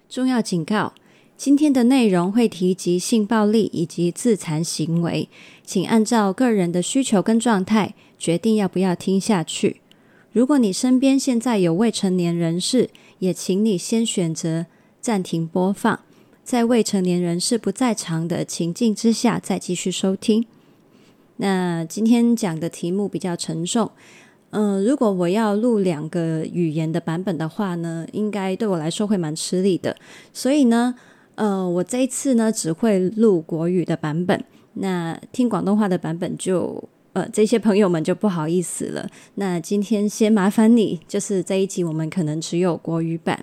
重要警告：今天的内容会提及性暴力以及自残行为，请按照个人的需求跟状态决定要不要听下去。如果你身边现在有未成年人士，也请你先选择暂停播放，在未成年人士不在场的情境之下再继续收听。那今天讲的题目比较沉重，如果我要录2个语言的版本的话呢，应该对我来说会蛮吃力的，所以呢我这一次呢只会录国语的版本，那听广东话的版本就这些朋友们就不好意思了。那今天先麻烦你，就是这一集我们可能只有国语版。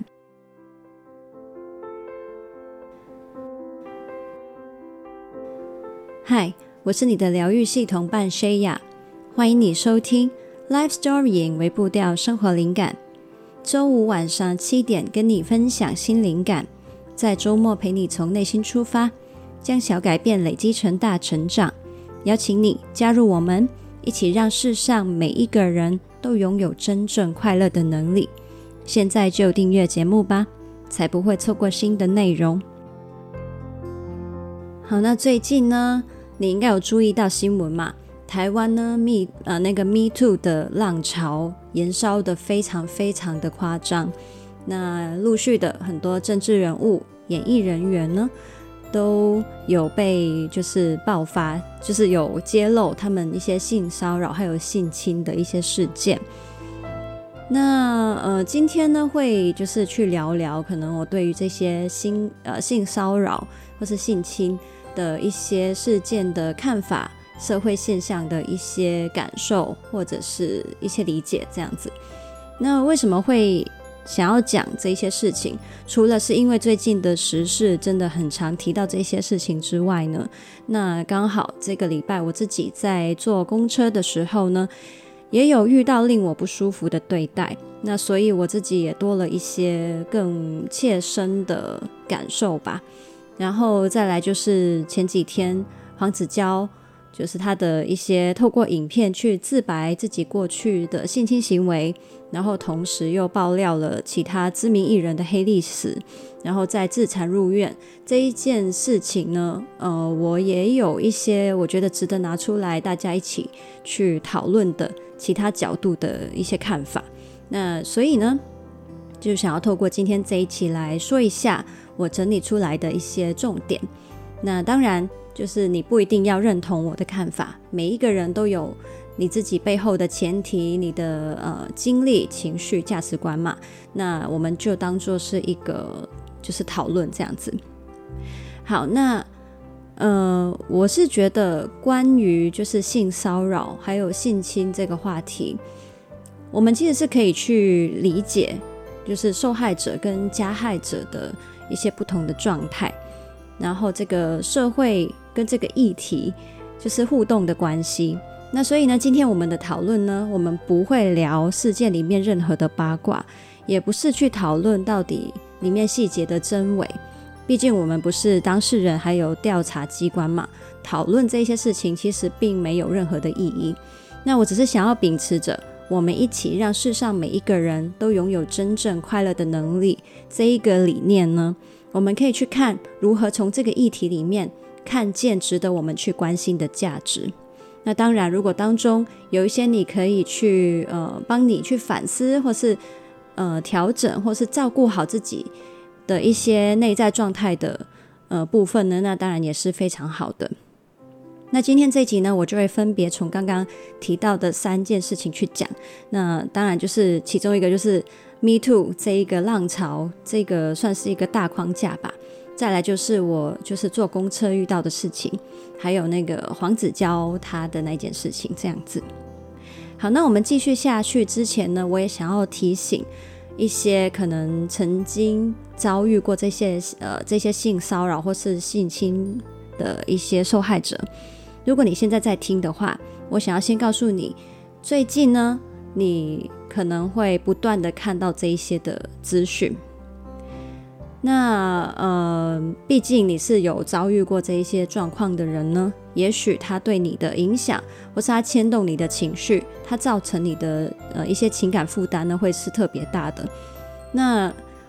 嗨，我是你的疗愈系统伴 Shaya， 欢迎你收听 Life Storying 为步调生活灵感，周五晚上7点跟你分享新灵感，在周末陪你从内心出发，将小改变累积成大成长。邀请你加入我们，一起让世上每一个人都拥有真正快乐的能力。现在就订阅节目吧，才不会错过新的内容。好，那最近呢，你应该有注意到新闻嘛？台湾呢那个 Me Too 的浪潮延烧的非常非常的夸张。那陆续的很多政治人物、演艺人员呢，都有被就是爆发，就是有揭露他们一些性骚扰还有性侵的一些事件。那今天呢会就是去聊聊可能我对于这些性骚扰或是性侵的一些事件的看法，社会现象的一些感受或者是一些理解这样子。那为什么会想要讲这些事情，除了是因为最近的时事真的很常提到这些事情之外呢，那刚好这个礼拜我自己在坐公车的时候呢，也有遇到令我不舒服的对待，那所以我自己也多了一些更切身的感受吧。然后再来就是前几天黄子佼就是他的一些透过影片去自白自己过去的性侵行为，然后同时又爆料了其他知名艺人的黑历史，然后再自残入院这一件事情呢，我也有一些我觉得值得拿出来大家一起去讨论的其他角度的一些看法。那所以呢，就想要透过今天这一期来说一下我整理出来的一些重点。那当然就是你不一定要认同我的看法，每一个人都有你自己背后的前提，你的经历、情绪、价值观嘛。那我们就当作是一个就是讨论这样子。好，那我是觉得关于就是性骚扰还有性侵这个话题，我们其实是可以去理解就是受害者跟加害者的一些不同的状态，然后这个社会跟这个议题就是互动的关系。那所以呢，今天我们的讨论呢，我们不会聊事件里面任何的八卦，也不是去讨论到底里面细节的真伪，毕竟我们不是当事人还有调查机关嘛，讨论这些事情其实并没有任何的意义。那我只是想要秉持着我们一起让世上每一个人都拥有真正快乐的能力这一个理念呢，我们可以去看如何从这个议题里面看见值得我们去关心的价值。那当然如果当中有一些你可以去帮你去反思或是调整或是照顾好自己的一些内在状态的部分呢，那当然也是非常好的。那今天这一集呢，我就会分别从刚刚提到的3件事情去讲。那当然就是其中一个就是 Me Too 这一个浪潮，这个算是一个大框架吧。再来就是我就是坐公车遇到的事情，还有那个黄子佼他的那件事情这样子。好，那我们继续下去之前呢，我也想要提醒一些可能曾经遭遇过这些性骚扰或是性侵的一些受害者。如果你现在在听的话，我想要先告诉你，最近呢，你可能会不断的看到这一些的资讯。那毕竟你是有遭遇过这一些状况的人呢，也许他对你的影响，或是他牵动你的情绪，他造成你的一些情感负担呢，会是特别大的。那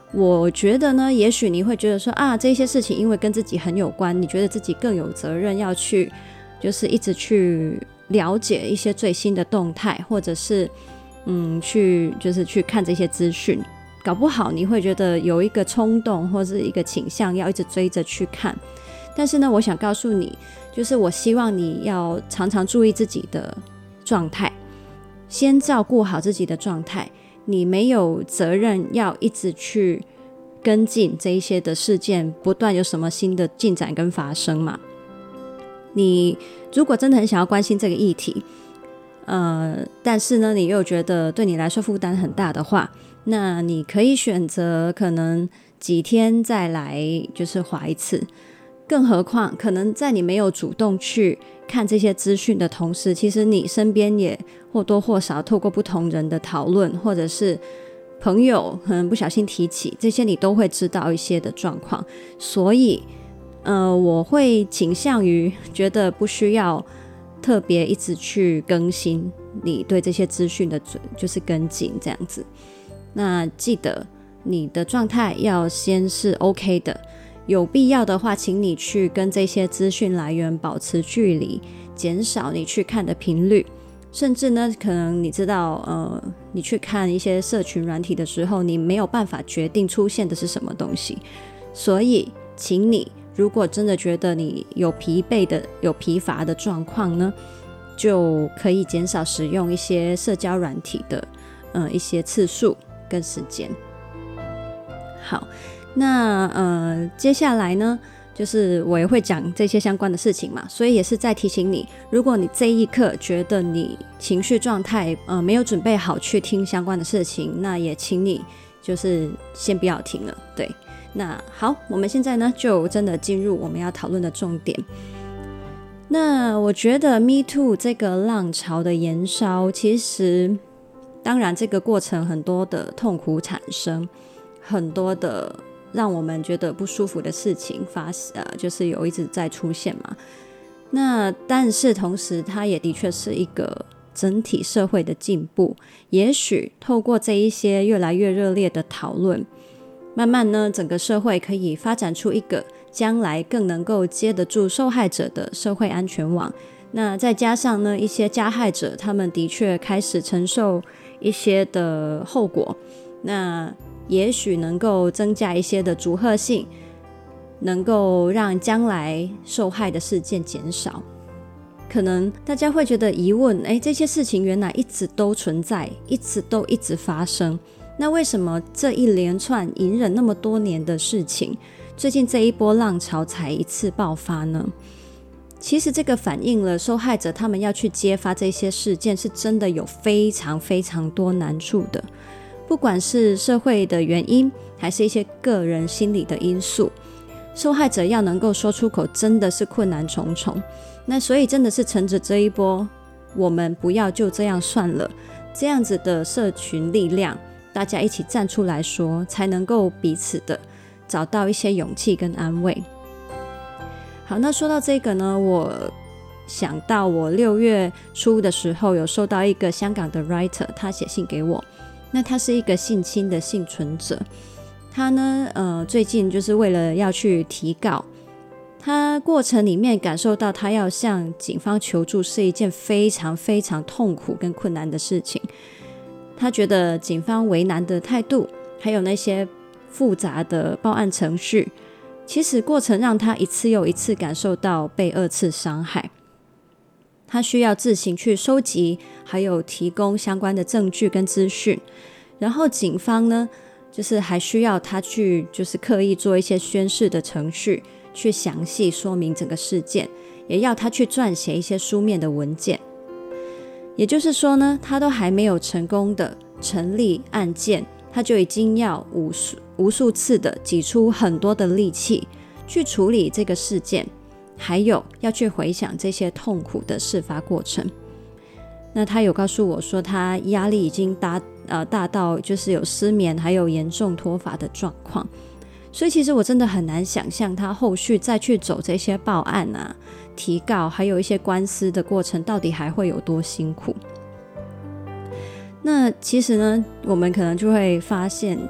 我觉得呢，也许你会觉得说啊，这些事情因为跟自己很有关，你觉得自己更有责任要去，就是一直去了解一些最新的动态，或者是去看这些资讯，搞不好你会觉得有一个冲动或是一个倾向要一直追着去看。但是呢，我想告诉你，就是我希望你要常常注意自己的状态，先照顾好自己的状态。你没有责任要一直去跟进这一些的事件，不断有什么新的进展跟发生嘛。你如果真的很想要关心这个议题，但是呢，你又觉得对你来说负担很大的话，那你可以选择可能几天再来就是滑一次。更何况可能在你没有主动去看这些资讯的同时，其实你身边也或多或少透过不同人的讨论，或者是朋友可能不小心提起，这些你都会知道一些的状况。所以我会倾向于觉得不需要特别一直去更新你对这些资讯的就是跟进这样子。那记得你的状态要先是 OK 的，有必要的话请你去跟这些资讯来源保持距离，减少你去看的频率。甚至呢，可能你知道你去看一些社群软体的时候，你没有办法决定出现的是什么东西，所以请你如果真的觉得你有疲乏的状况呢，就可以减少使用一些社交软体的一些次数跟时间。好，那接下来呢，就是我也会讲这些相关的事情嘛，所以也是在提醒你，如果你这一刻觉得你情绪状态没有准备好去听相关的事情，那也请你就是先不要听了。对，那好，我们现在呢就真的进入我们要讨论的重点。那我觉得 Me Too 这个浪潮的延烧，其实当然这个过程很多的痛苦产生，很多的让我们觉得不舒服的事情就是有一直在出现嘛。那但是同时它也的确是一个整体社会的进步，也许透过这一些越来越热烈的讨论，慢慢呢整个社会可以发展出一个将来更能够接得住受害者的社会安全网。那再加上呢一些加害者他们的确开始承受一些的后果，那也许能够增加一些的阻吓性，能够让将来受害的事件减少。可能大家会觉得疑问，这些事情原来一直都存在，一直发生，那为什么这一连串隐忍那么多年的事情，最近这一波浪潮才一次爆发呢？其实这个反映了受害者他们要去揭发这些事件是真的有非常非常多难处的，不管是社会的原因还是一些个人心理的因素，受害者要能够说出口真的是困难重重。那所以真的是乘着这一波我们不要就这样算了这样子的社群力量，大家一起站出来说，才能够彼此的找到一些勇气跟安慰。好，那说到这个呢，我想到我6月初的时候有收到一个香港的 writer， 他写信给我。那他是一个性侵的幸存者，他呢最近就是为了要去提告，他过程里面感受到他要向警方求助是一件非常非常痛苦跟困难的事情。他觉得警方为难的态度，还有那些复杂的报案程序，其实过程让他一次又一次感受到被2次伤害。他需要自行去收集还有提供相关的证据跟资讯，然后警方呢就是还需要他去就是刻意做一些宣誓的程序，去详细说明整个事件，也要他去撰写一些书面的文件。也就是说呢，他都还没有成功的成立案件，他就已经要无数次的挤出很多的力气去处理这个事件，还有要去回想这些痛苦的事发过程。那他有告诉我说，他压力已经大到就是有失眠，还有严重脱发的状况。所以其实我真的很难想象他后续再去走这些报案啊、提告，还有一些官司的过程，到底还会有多辛苦。那其实呢，我们可能就会发现，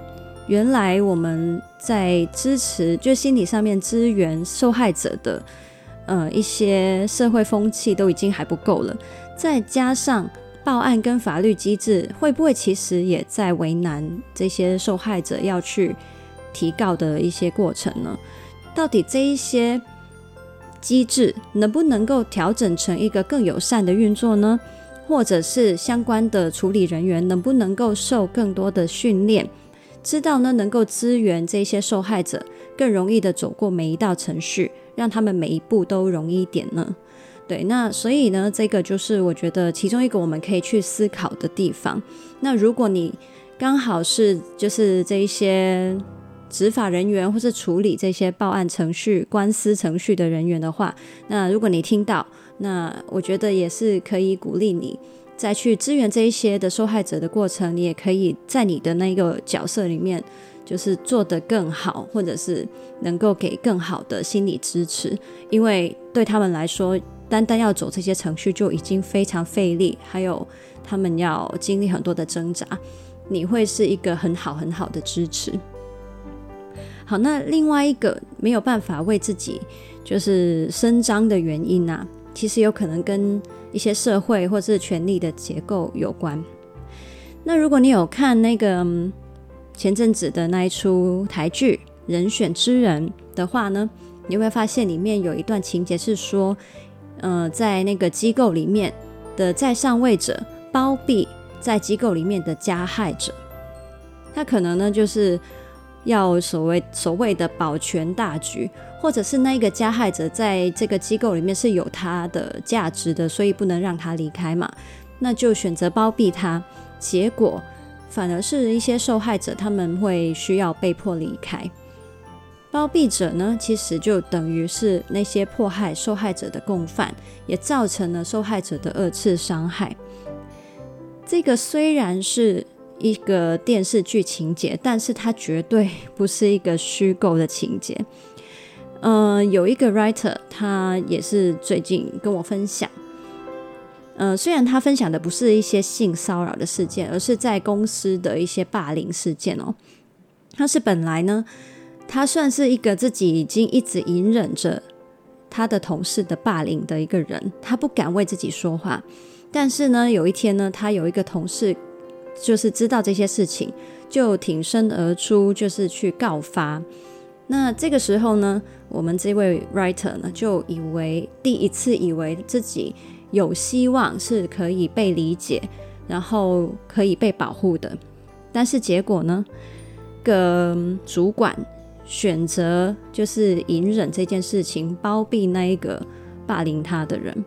原来我们在支持，就心理上面支援受害者的一些社会风气都已经还不够了，再加上报案跟法律机制，会不会其实也在为难这些受害者要去提告的一些过程呢？到底这一些机制能不能够调整成一个更友善的运作呢？或者是相关的处理人员能不能够受更多的训练，知道呢能够支援这些受害者更容易的走过每一道程序，让他们每一步都容易一点呢？对，那所以呢，这个就是我觉得其中一个我们可以去思考的地方。那如果你刚好是就是这一些执法人员或是处理这些报案程序、官司程序的人员的话，那如果你听到，那我觉得也是可以鼓励你再去支援这一些的受害者的过程，你也可以在你的那个角色里面就是做得更好，或者是能够给更好的心理支持，因为对他们来说单单要走这些程序就已经非常费力，还有他们要经历很多的挣扎，你会是一个很好很好的支持。好，那另外一个没有办法为自己就是伸张的原因啊，其实有可能跟一些社会或是权力的结构有关。那如果你有看那个前阵子的那一出台剧《人选之人》的话呢，你会发现里面有一段情节是说在那个机构里面的在上位者包庇在机构里面的加害者，他可能呢就是要所谓的保全大局，或者是那个加害者在这个机构里面是有他的价值的，所以不能让他离开嘛，那就选择包庇他，结果反而是一些受害者他们会需要被迫离开。包庇者呢，其实就等于是那些迫害受害者的共犯，也造成了受害者的二次伤害。这个虽然是一个电视剧情节，但是它绝对不是一个虚构的情节。有一个 writer 他也是最近跟我分享，虽然他分享的不是一些性骚扰的事件，而是在公司的一些霸凌事件哦。他是本来呢，他算是一个自己已经一直隐忍着他的同事的霸凌的一个人，他不敢为自己说话。但是呢，有一天呢，他有一个同事就是知道这些事情，就挺身而出，就是去告发。那这个时候呢，我们这位 writer 呢，就第一次以为自己有希望是可以被理解，然后可以被保护的。但是结果呢，主管选择就是隐忍这件事情，包庇那一个霸凌他的人。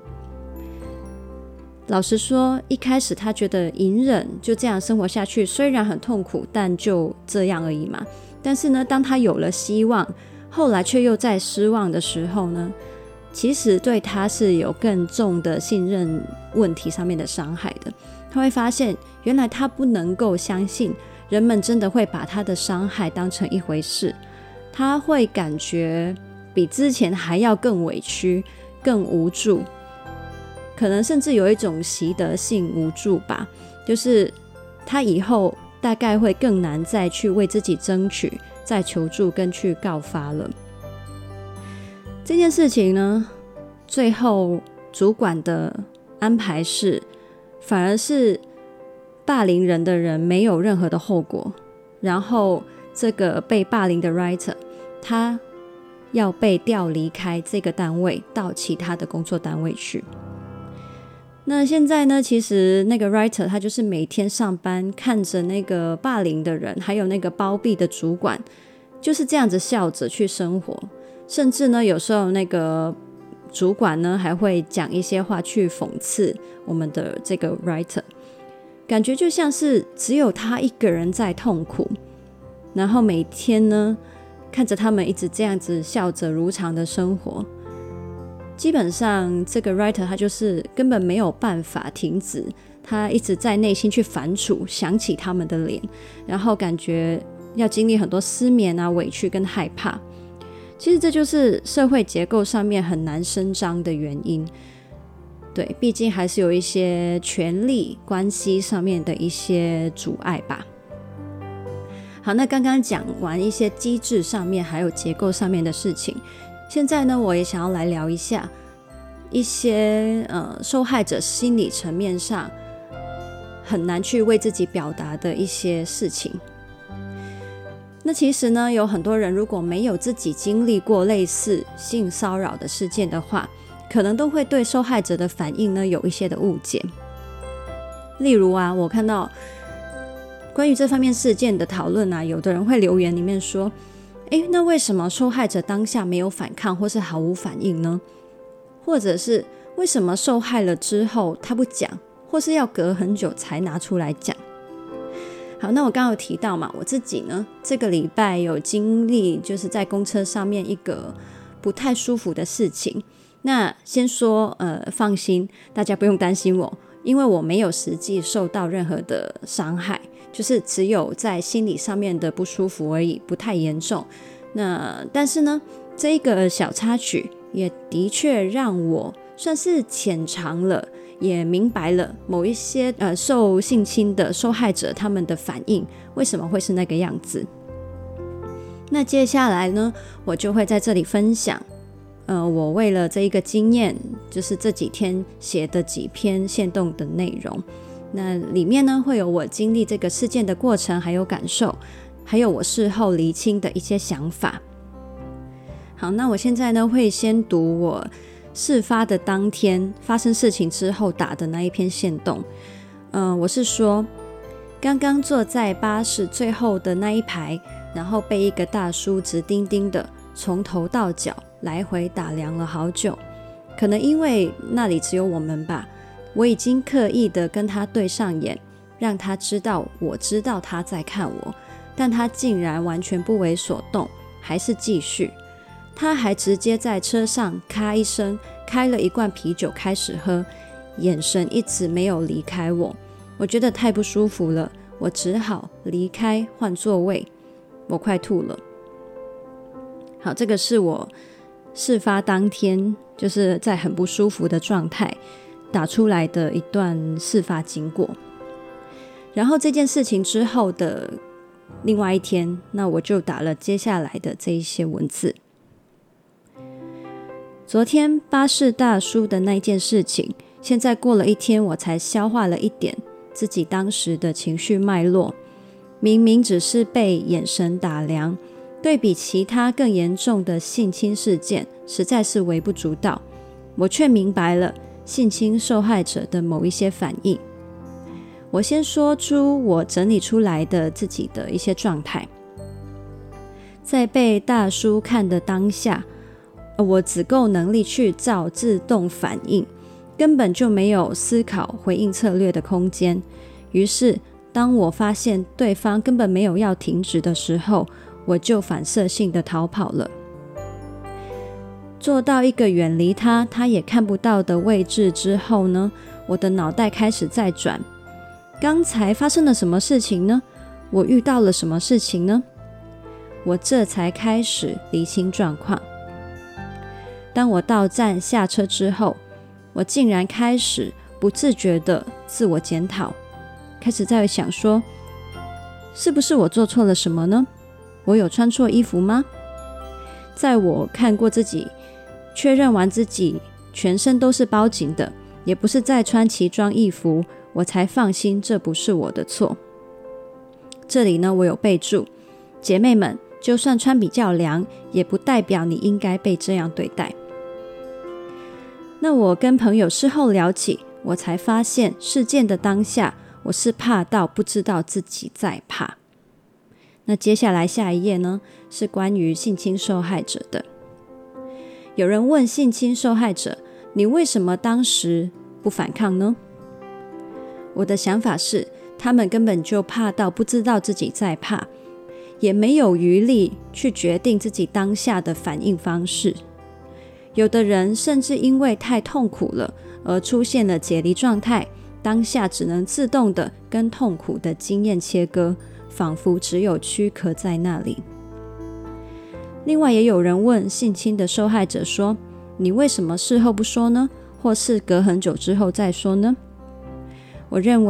老实说，一开始他觉得隐忍就这样生活下去，虽然很痛苦，但就这样而已嘛。但是呢，当他有了希望，后来却又在失望的时候呢，其实对他是有更重的信任问题上面的伤害的。他会发现，原来他不能够相信人们真的会把他的伤害当成一回事，他会感觉比之前还要更委屈、更无助，可能甚至有一种习得性无助吧，就是他以后大概会更难再去为自己争取、再求助跟去告发了。这件事情呢，最后主管的安排是，反而是霸凌人的人没有任何的后果，然后这个被霸凌的 writer 他要被调离开这个单位，到其他的工作单位去。那现在呢，其实那个 writer 他就是每天上班看着那个霸凌的人，还有那个包庇的主管，就是这样子笑着去生活。甚至呢，有时候那个主管呢还会讲一些话去讽刺我们的这个 writer， 感觉就像是只有他一个人在痛苦，然后每天呢看着他们一直这样子笑着如常的生活。基本上这个 writer 他就是根本没有办法停止，他一直在内心去反刍，想起他们的脸，然后感觉要经历很多失眠啊、委屈跟害怕。其实这就是社会结构上面很难伸张的原因。对，毕竟还是有一些权力关系上面的一些阻碍吧。 好，那刚刚讲完一些机制上面还有结构上面的事情，现在呢，我也想要来聊一下一些受害者心理层面上很难去为自己表达的一些事情。那其实呢，有很多人如果没有自己经历过类似性骚扰的事件的话，可能都会对受害者的反应呢有一些的误解。例如啊，我看到关于这方面事件的讨论啊，有的人会留言里面说，那为什么受害者当下没有反抗或是毫无反应呢？或者是为什么受害了之后他不讲，或是要隔很久才拿出来讲？好，那我刚刚有提到嘛，我自己呢这个礼拜有经历就是在公车上面一个不太舒服的事情。那先说放心，大家不用担心我，因为我没有实际受到任何的伤害，就是只有在心理上面的不舒服而已，不太严重。那但是呢，这一个小插曲也的确让我算是浅尝了，也明白了某一些受性侵的受害者他们的反应为什么会是那个样子。那接下来呢，我就会在这里分享我为了这一个经验，就是这几天写的几篇限动的内容。那里面呢，会有我经历这个事件的过程，还有感受，还有我事后厘清的一些想法。好，那我现在呢，会先读我事发的当天发生事情之后打的那一篇限动。我是说，刚刚坐在巴士最后的那一排，然后被一个大叔直盯盯的从头到脚来回打量了好久，可能因为那里只有我们吧，我已经刻意的跟他对上眼，让他知道我知道他在看我，但他竟然完全不为所动，还是继续。他还直接在车上咔一声开了一罐啤酒开始喝，眼神一直没有离开我。我觉得太不舒服了，我只好离开换座位，我快吐了。好，这个是我事发当天就是在很不舒服的状态打出来的一段事发经过。然后这件事情之后的另外一天，那我就打了接下来的这一些文字。昨天巴士大叔的那件事情，现在过了一天我才消化了一点自己当时的情绪脉络。明明只是被眼神打量，对比其他更严重的性侵事件实在是微不足道，我却明白了性侵受害者的某一些反应。我先说出我整理出来的自己的一些状态。在被大叔看的当下，我只够能力去照自动反应，根本就没有思考回应策略的空间。于是当我发现对方根本没有要停止的时候，我就反射性的逃跑了。做到一个远离他也看不到的位置之后呢，我的脑袋开始在转，刚才发生了什么事情呢？我遇到了什么事情呢？我这才开始厘清状况。当我到站下车之后，我竟然开始不自觉的自我检讨，开始在想说，是不是我做错了什么呢？我有穿错衣服吗？在我看过自己，确认完自己全身都是包紧的，也不是在穿奇装异服，我才放心这不是我的错。这里呢，我有备注，姐妹们，就算穿比较凉，也不代表你应该被这样对待。那我跟朋友事后聊起，我才发现事件的当下，我是怕到不知道自己在怕。那接下来下一页呢，是关于性侵受害者的。有人问性侵受害者，你为什么当时不反抗呢？我的想法是，他们根本就怕到不知道自己在怕，也没有余力去决定自己当下的反应方式。有的人甚至因为太痛苦了而出现了解离状态，当下只能自动的跟痛苦的经验切割，仿佛只有躯壳在那里。另外也有人问性侵的受害者说，你为什么事后不说呢？或是隔很久之后再说呢？我认为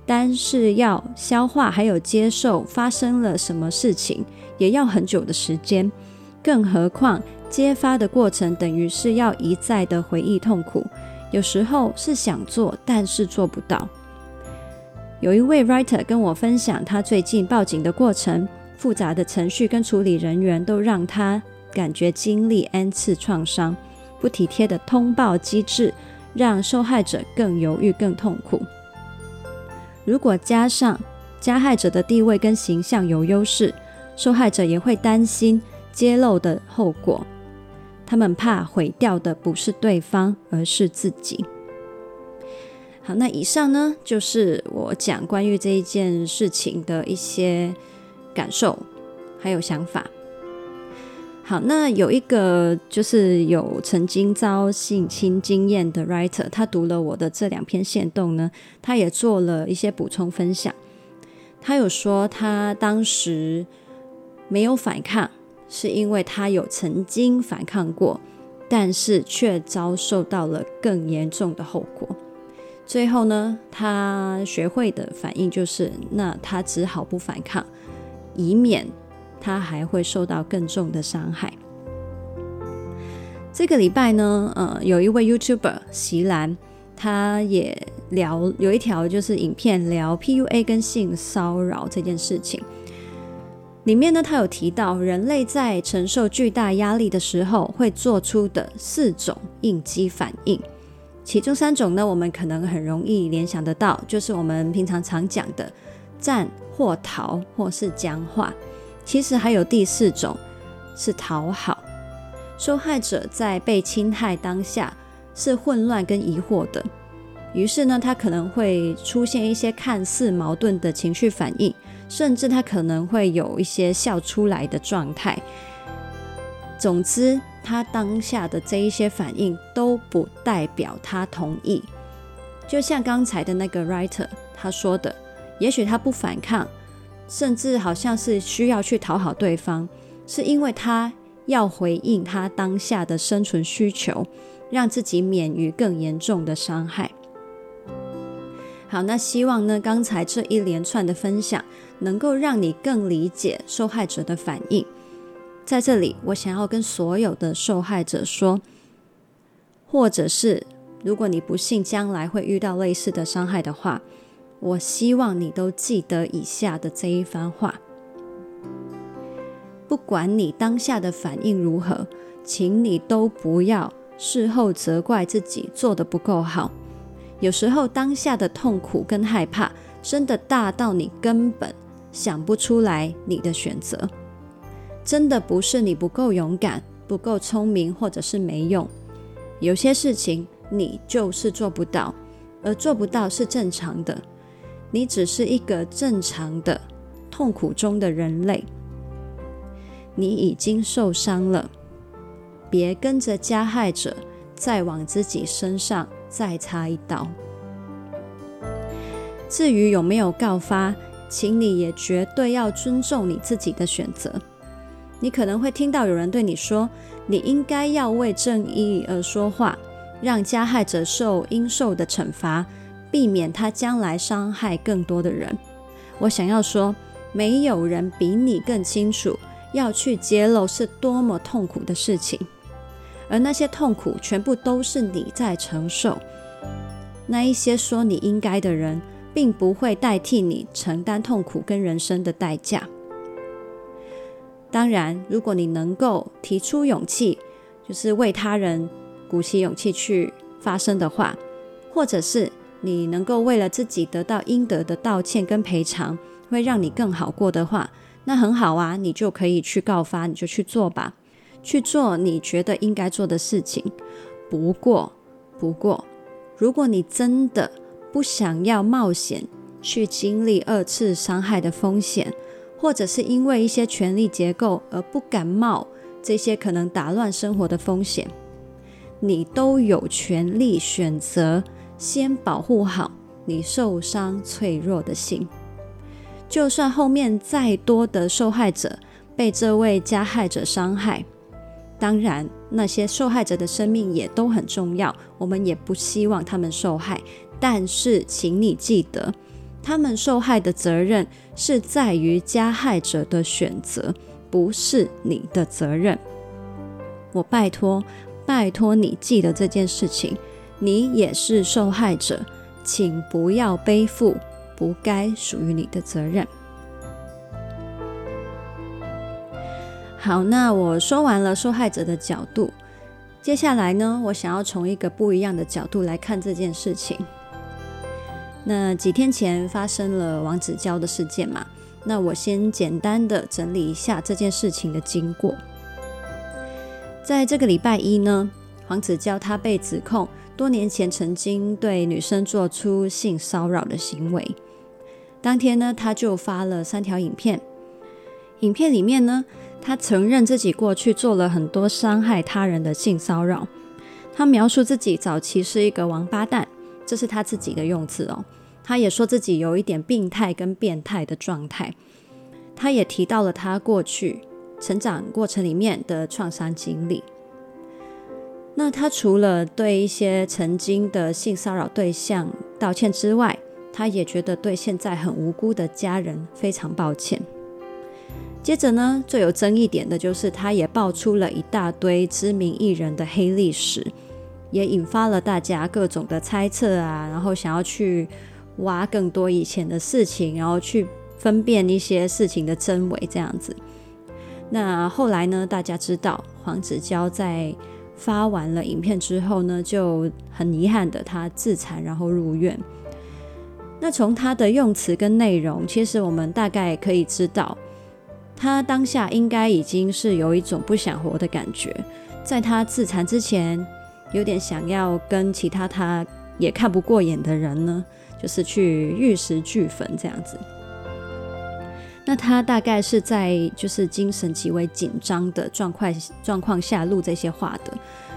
单是要消化还有接受发生了什么事情，也要很久的时间，更何况揭发的过程等于是要一再的回忆痛苦，有时候是想做，但是做不到。有一位 writer 跟我分享他最近报警的过程，复杂的程序跟处理人员都让他感觉经历 N 次创伤，不体贴的通报机制让受害者更犹豫更痛苦。如果加上加害者的地位跟形象有优势，受害者也会担心揭露的后果，他们怕毁掉的不是对方，而是自己。好，那以上呢，就是我讲关于这一件事情的一些感受还有想法。好，那有一个就是有曾经遭性侵经验的 writer， 他读了我的这2篇限动呢，他也做了一些补充分享。他有说他当时没有反抗，是因为他有曾经反抗过，但是却遭受到了更严重的后果。最后呢，他学会的反应就是，那他只好不反抗，以免他还会受到更重的伤害。这个礼拜呢，有一位 YouTuber 席兰，他也有一条就是影片聊 PUA 跟性骚扰这件事情。里面呢，他有提到人类在承受巨大压力的时候会做出的4种应激反应。其中3种呢，我们可能很容易联想得到，就是我们平常常讲的战或逃或是僵化。其实还有第4种是讨好。受害者在被侵害当下是混乱跟疑惑的，于是呢，他可能会出现一些看似矛盾的情绪反应，甚至他可能会有一些笑出来的状态。总之，他当下的这一些反应都不代表他同意。就像刚才的那个 writer 他说的，也许他不反抗，甚至好像是需要去讨好对方，是因为他要回应他当下的生存需求，让自己免于更严重的伤害。好，那希望呢，刚才这一连串的分享能够让你更理解受害者的反应。在这里，我想要跟所有的受害者说，或者是如果你不幸将来会遇到类似的伤害的话，我希望你都记得以下的这一番话。不管你当下的反应如何，请你都不要事后责怪自己做得不够好。有时候当下的痛苦跟害怕真的大到你根本想不出来你的选择。真的不是你不够勇敢、不够聪明，或者是没用。有些事情你就是做不到，而做不到是正常的。你只是一个正常的痛苦中的人类。你已经受伤了，别跟着加害者再往自己身上再插一刀。至于有没有告发，请你也绝对要尊重你自己的选择。你可能会听到有人对你说，你应该要为正义而说话，让加害者受应受的惩罚，避免他将来伤害更多的人。我想要说，没有人比你更清楚要去揭露是多么痛苦的事情，而那些痛苦全部都是你在承受。那一些说你应该的人，并不会代替你承担痛苦跟人生的代价。当然，如果你能够提出勇气，就是为他人鼓起勇气去发声的话，或者是你能够为了自己得到应得的道歉跟赔偿，会让你更好过的话，那很好啊，你就可以去告发，你就去做吧，去做你觉得应该做的事情。不过，如果你真的不想要冒险去经历2次伤害的风险，或者是因为一些权力结构而不敢冒这些可能打乱生活的风险，你都有权利选择先保护好你受伤脆弱的心。就算后面再多的受害者被这位加害者伤害，当然那些受害者的生命也都很重要，我们也不希望他们受害，但是请你记得， 他们受害的责任是在于加害者的选择，不是你的责任。我拜托你记得这件事情，你也是受害者，请不要背负不该属于你的责任。好，那我说完了受害者的角度，接下来呢，我想要从一个不一样的角度来看这件事情。那几天前发生了王子娇的事件嘛，那我先简单的整理一下这件事情的经过。在这个礼拜一呢，黄子佼他被指控多年前曾经对女生做出性骚扰的行为。当天呢，他就发了3条影片。影片里面呢，他承认自己过去做了很多伤害他人的性骚扰。他描述自己早期是一个王八蛋，这是他自己的用词哦。他也说自己有一点病态跟变态的状态。他也提到了他过去成长过程里面的创伤经历。那他除了对一些曾经的性骚扰对象道歉之外，他也觉得对现在很无辜的家人非常抱歉。接着呢，最有争议点的就是他也爆出了一大堆知名艺人的黑历史，也引发了大家各种的猜测啊，然后想要去挖更多以前的事情，然后去分辨一些事情的真伪这样子。那后来呢，大家知道黄子佼在发完了影片之后呢，就很遗憾的他自残然后入院。那从他的用词跟内容，其实我们大概可以知道，他当下应该已经是有一种不想活的感觉。在他自残之前，有点想要跟其他他也看不过眼的人呢，就是去玉石俱焚这样子。那他大概是在就是精神极为紧张的状况下录这些话的。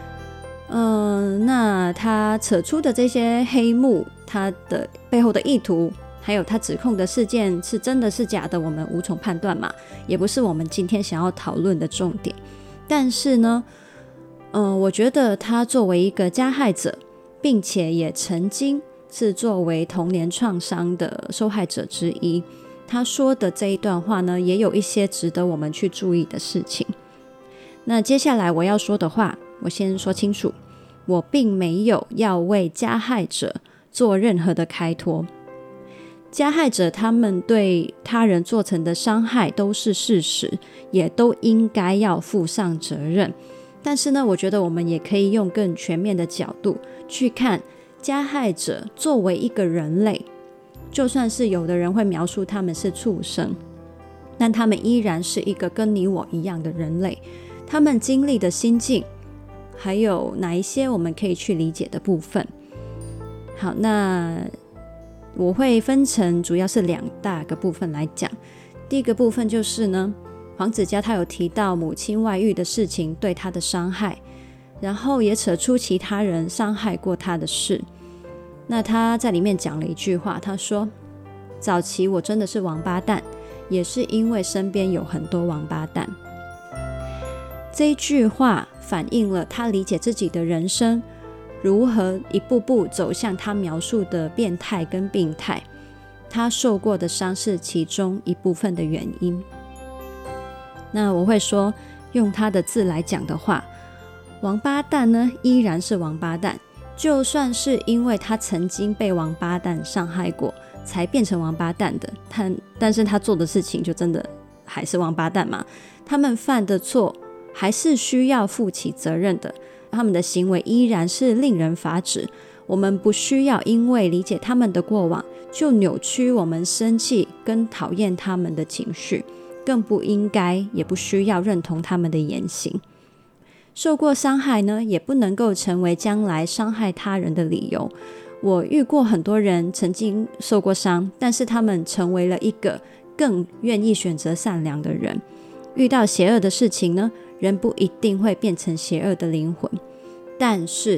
那他扯出的这些黑幕，他的背后的意图，还有他指控的事件是真的是假的，我们无从判断嘛，也不是我们今天想要讨论的重点。但是呢，我觉得他作为一个加害者，并且也曾经是作为童年创伤的受害者之一，他说的这一段话呢，也有一些值得我们去注意的事情。那接下来我要说的话，我先说清楚，我并没有要为加害者做任何的开脱。加害者他们对他人做成的伤害都是事实，也都应该要负上责任。但是呢，我觉得我们也可以用更全面的角度去看加害者作为一个人类，就算是有的人会描述他们是畜生，但他们依然是一个跟你我一样的人类。他们经历的心境，还有哪一些我们可以去理解的部分。好，那我会分成主要是2大个部分来讲。第一个部分就是呢，黄子佼他有提到母亲外遇的事情对他的伤害，然后也扯出其他人伤害过他的事。那他在里面讲了一句话，他说：早期我真的是王八蛋，也是因为身边有很多王八蛋。这一句话反映了他理解自己的人生如何一步步走向他描述的变态跟病态，他受过的伤是其中一部分的原因。那我会说，用他的字来讲的话，王八蛋呢依然是王八蛋，就算是因为他曾经被王八蛋伤害过才变成王八蛋的，但是他做的事情就真的还是王八蛋嘛。他们犯的错还是需要负起责任的，他们的行为依然是令人发指。我们不需要因为理解他们的过往就扭曲我们生气跟讨厌他们的情绪，更不应该也不需要认同他们的言行。受过伤害呢，也不能够成为将来伤害他人的理由。我遇过很多人曾经受过伤，但是他们成为了一个更愿意选择善良的人。遇到邪恶的事情呢，人不一定会变成邪恶的灵魂。但是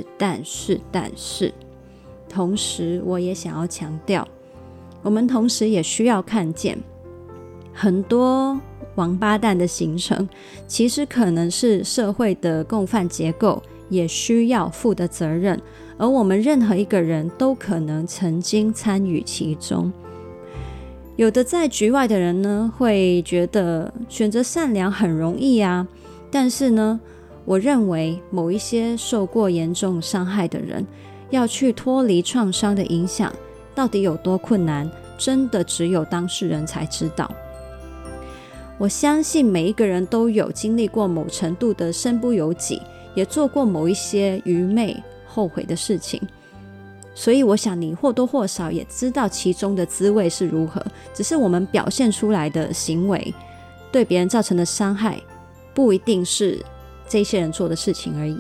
同时我也想要强调，我们同时也需要看见很多王八蛋的形成其实可能是社会的共犯结构也需要负的责任，而我们任何一个人都可能曾经参与其中。 有的在局外的人呢，会觉得选择善良很容易啊，但是呢，我认为某一些受过严重伤害的人，要去脱离创伤的影响，到底有多困难，真的只有当事人才知道。我相信每一个人都有经历过某程度的身不由己，也做过某一些愚昧、后悔的事情，所以我想你或多或少也知道其中的滋味是如何，只是我们表现出来的行为对别人造成的伤害，不一定是这些人做的事情而已。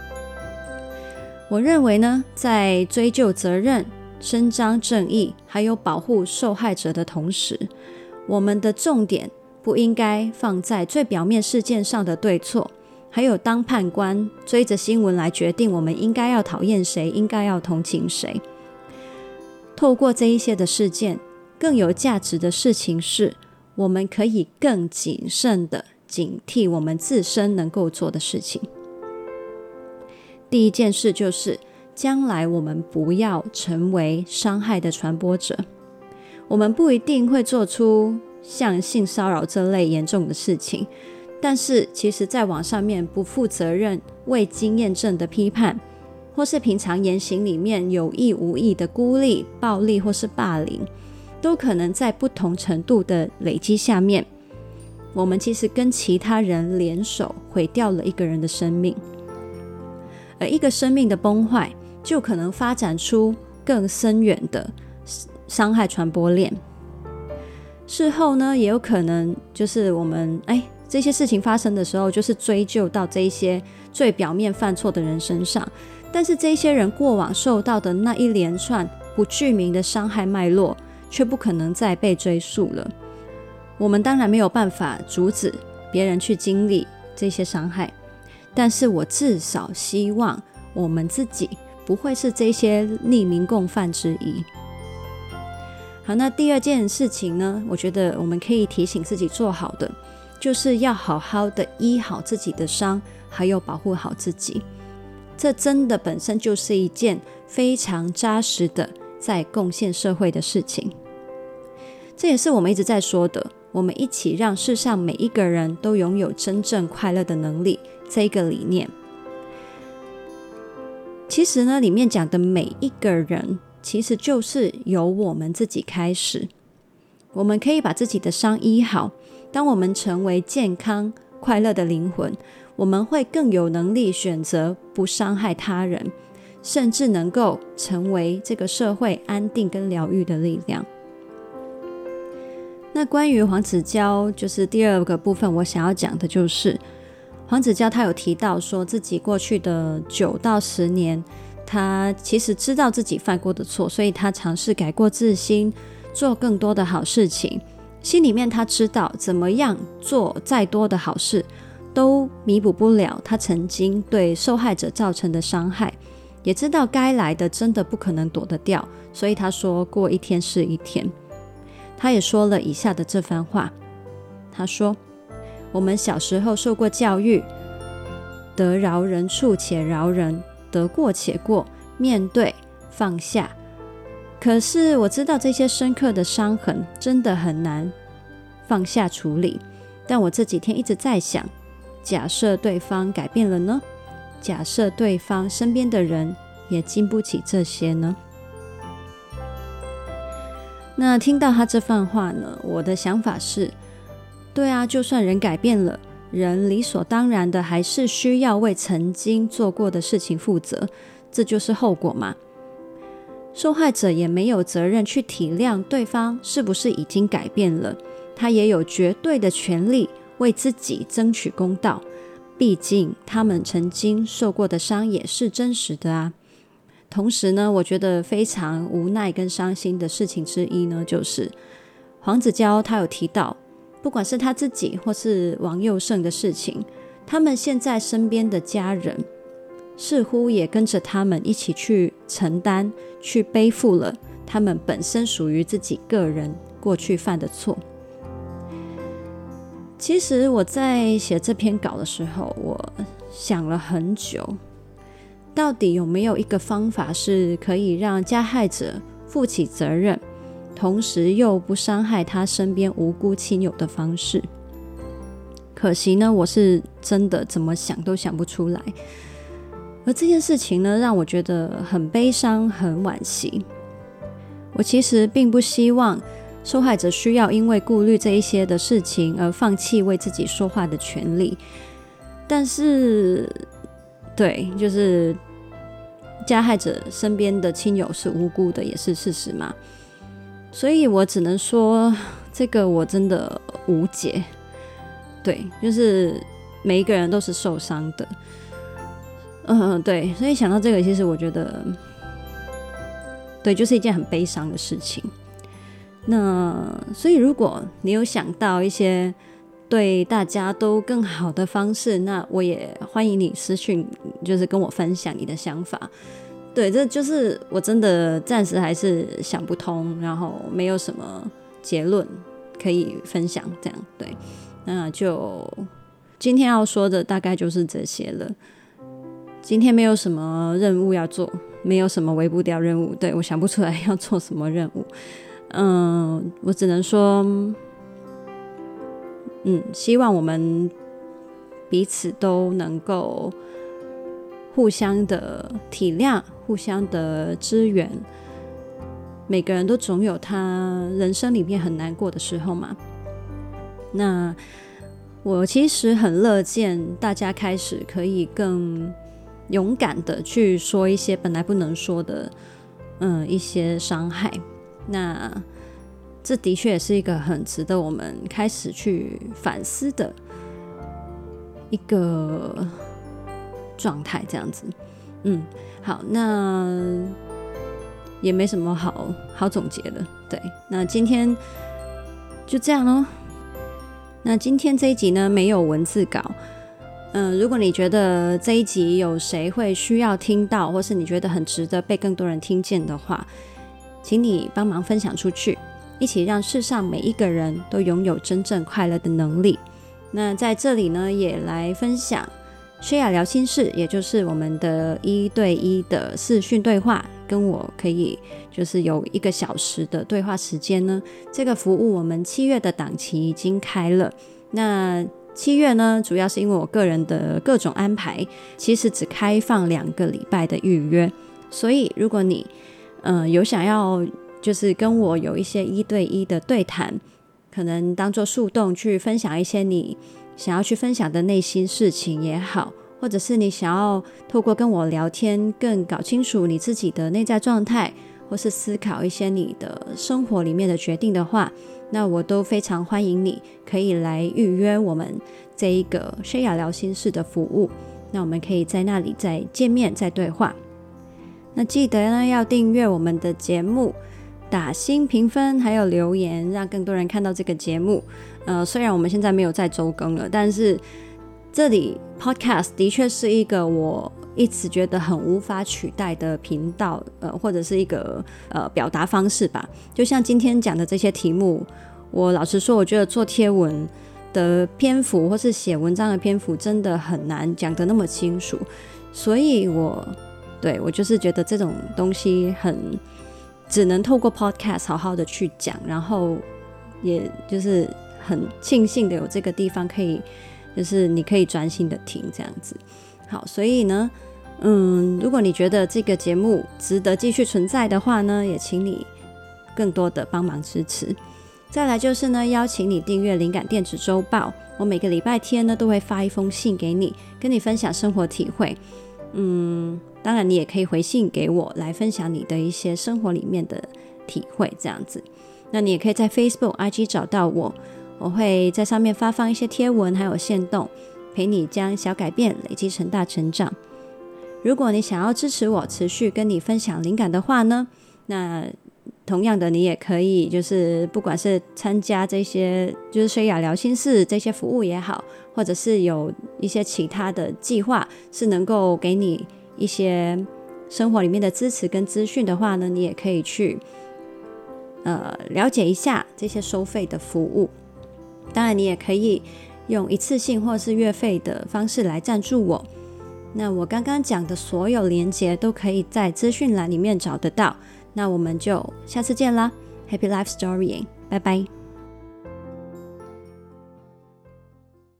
我认为呢，在追究责任、伸张正义还有保护受害者的同时，我们的重点不应该放在最表面事件上的对错，还有当判官追着新闻来决定我们应该要讨厌谁，应该要同情谁。透过这一些的事件，更有价值的事情是，我们可以更谨慎的警惕我们自身能够做的事情。第一件事就是，将来我们不要成为伤害的传播者。我们不一定会做出像性骚扰这类严重的事情，但是其实在网上面不负责任、未经验证的批判，或是平常言行里面有意无意的孤立、暴力或是霸凌，都可能在不同程度的累积下面，我们其实跟其他人联手毁掉了一个人的生命。而一个生命的崩坏，就可能发展出更深远的伤害传播链。事后呢，也有可能就是我们这些事情发生的时候，就是追究到这一些最表面犯错的人身上，但是这些人过往受到的那一连串不具名的伤害脉络，却不可能再被追溯了。我们当然没有办法阻止别人去经历这些伤害，但是我至少希望我们自己不会是这些匿名共犯之一。好，那第二件事情呢，我觉得我们可以提醒自己做好的，就是要好好的医好自己的伤，还有保护好自己。这真的本身就是一件非常扎实的在贡献社会的事情。这也是我们一直在说的，我们一起让世上每一个人都拥有真正快乐的能力这一个理念。其实呢，里面讲的每一个人，其实就是由我们自己开始。我们可以把自己的伤医好，当我们成为健康快乐的灵魂，我们会更有能力选择不伤害他人，甚至能够成为这个社会安定跟疗愈的力量。那关于黄子佼，就是第二个部分我想要讲的，就是黄子佼他有提到说自己过去的9到10年，他其实知道自己犯过的错，所以他尝试改过自新，做更多的好事情。心里面他知道怎么样做再多的好事都弥补不了他曾经对受害者造成的伤害，也知道该来的真的不可能躲得掉，所以他说过一天是一天。他也说了以下的这番话，他说，我们小时候受过教育，得饶人处且饶人，得过且过，面对放下。可是我知道这些深刻的伤痕真的很难放下处理，但我这几天一直在想，假设对方改变了呢？假设对方身边的人也经不起这些呢？那听到他这番话呢，我的想法是，对啊，就算人改变了，人理所当然的还是需要为曾经做过的事情负责，这就是后果嘛。受害者也没有责任去体谅对方是不是已经改变了，他也有绝对的权利为自己争取公道，毕竟他们曾经受过的伤也是真实的啊。同时呢，我觉得非常无奈跟伤心的事情之一呢，就是黄子佼他有提到，不管是他自己或是王佑胜的事情，他们现在身边的家人似乎也跟着他们一起去承担，去背负了他们本身属于自己个人过去犯的错。其实我在写这篇稿的时候，我想了很久，到底有没有一个方法是可以让加害者负起责任， 同时又不伤害他身边无辜亲友的方式。可惜呢，我是真的怎么想都想不出来。而这件事情呢，让我觉得很悲伤，很惋惜。我其实并不希望受害者需要因为顾虑这一些的事情而放弃为自己说话的权利，但是对，就是加害者身边的亲友是无辜的，也是事实嘛。所以我只能说，这个我真的无解。对，就是每一个人都是受伤的。对，所以想到这个，其实我觉得，对，就是一件很悲伤的事情。那所以如果你有想到一些对大家都更好的方式，那我也欢迎你私讯，就是跟我分享你的想法。对，这就是我真的暂时还是想不通，然后没有什么结论可以分享，这样。对，那就今天要说的大概就是这些了。今天没有什么任务要做，没有什么微步调任务，对，我想不出来要做什么任务。我只能说，希望我们彼此都能够互相的体谅，互相的支援。每个人都总有他人生里面很难过的时候嘛。那我其实很乐见大家开始可以更勇敢的去说一些本来不能说的一些伤害。那这的确也是一个很值得我们开始去反思的一个状态，这样子。好，那也没什么好总结的。对，那今天就这样咯。那今天这一集呢，没有文字稿。如果你觉得这一集有谁会需要听到，或是你觉得很值得被更多人听见的话，请你帮忙分享出去，一起让世上每一个人都拥有真正快乐的能力。那在这里呢，也来分享薛雅聊心事，也就是我们的1对1的视讯对话，跟我可以就是有1个小时的对话时间呢。这个服务我们7月的档期已经开了。那7月呢，主要是因为我个人的各种安排，其实只开放2个礼拜的预约。所以如果你有想要就是跟我有一些1对1的对谈，可能当作树洞去分享一些你想要去分享的内心事情也好，或者是你想要透过跟我聊天更搞清楚你自己的内在状态，或是思考一些你的生活里面的决定的话，那我都非常欢迎你可以来预约我们这一个薛雅聊心事的服务。那我们可以在那里再见面再对话。那记得呢要订阅我们的节目，打星评分还有留言，让更多人看到这个节目。虽然我们现在没有在周更了，但是这里 podcast 的确是一个我一直觉得很无法取代的频道，或者是一个表达方式吧。就像今天讲的这些题目，我老实说，我觉得做贴文的篇幅或是写文章的篇幅真的很难讲得那么清楚，所以我就是觉得这种东西只能透过 podcast 好好的去讲，然后也就是很庆幸的有这个地方可以，就是你可以专心的听这样子。好，所以呢，如果你觉得这个节目值得继续存在的话呢，也请你更多的帮忙支持。再来就是呢，邀请你订阅灵感电子周报，我每个礼拜天呢都会发一封信给你，跟你分享生活体会。当然你也可以回信给我，来分享你的一些生活里面的体会这样子。那你也可以在 Facebook、IG 找到我，我会在上面发放一些贴文还有限动，陪你将小改变累积成大成长。如果你想要支持我持续跟你分享灵感的话呢，那同样的你也可以就是不管是参加这些就是薛雅聊心事这些服务也好，或者是有一些其他的计划是能够给你一些生活里面的支持跟资讯的话呢，你也可以去了解一下这些收费的服务。当然你也可以用一次性或是月费的方式来赞助我。那我刚刚讲的所有连结都可以在资讯栏里面找得到。那我们就下次见啦， Happy Life Storying，拜拜。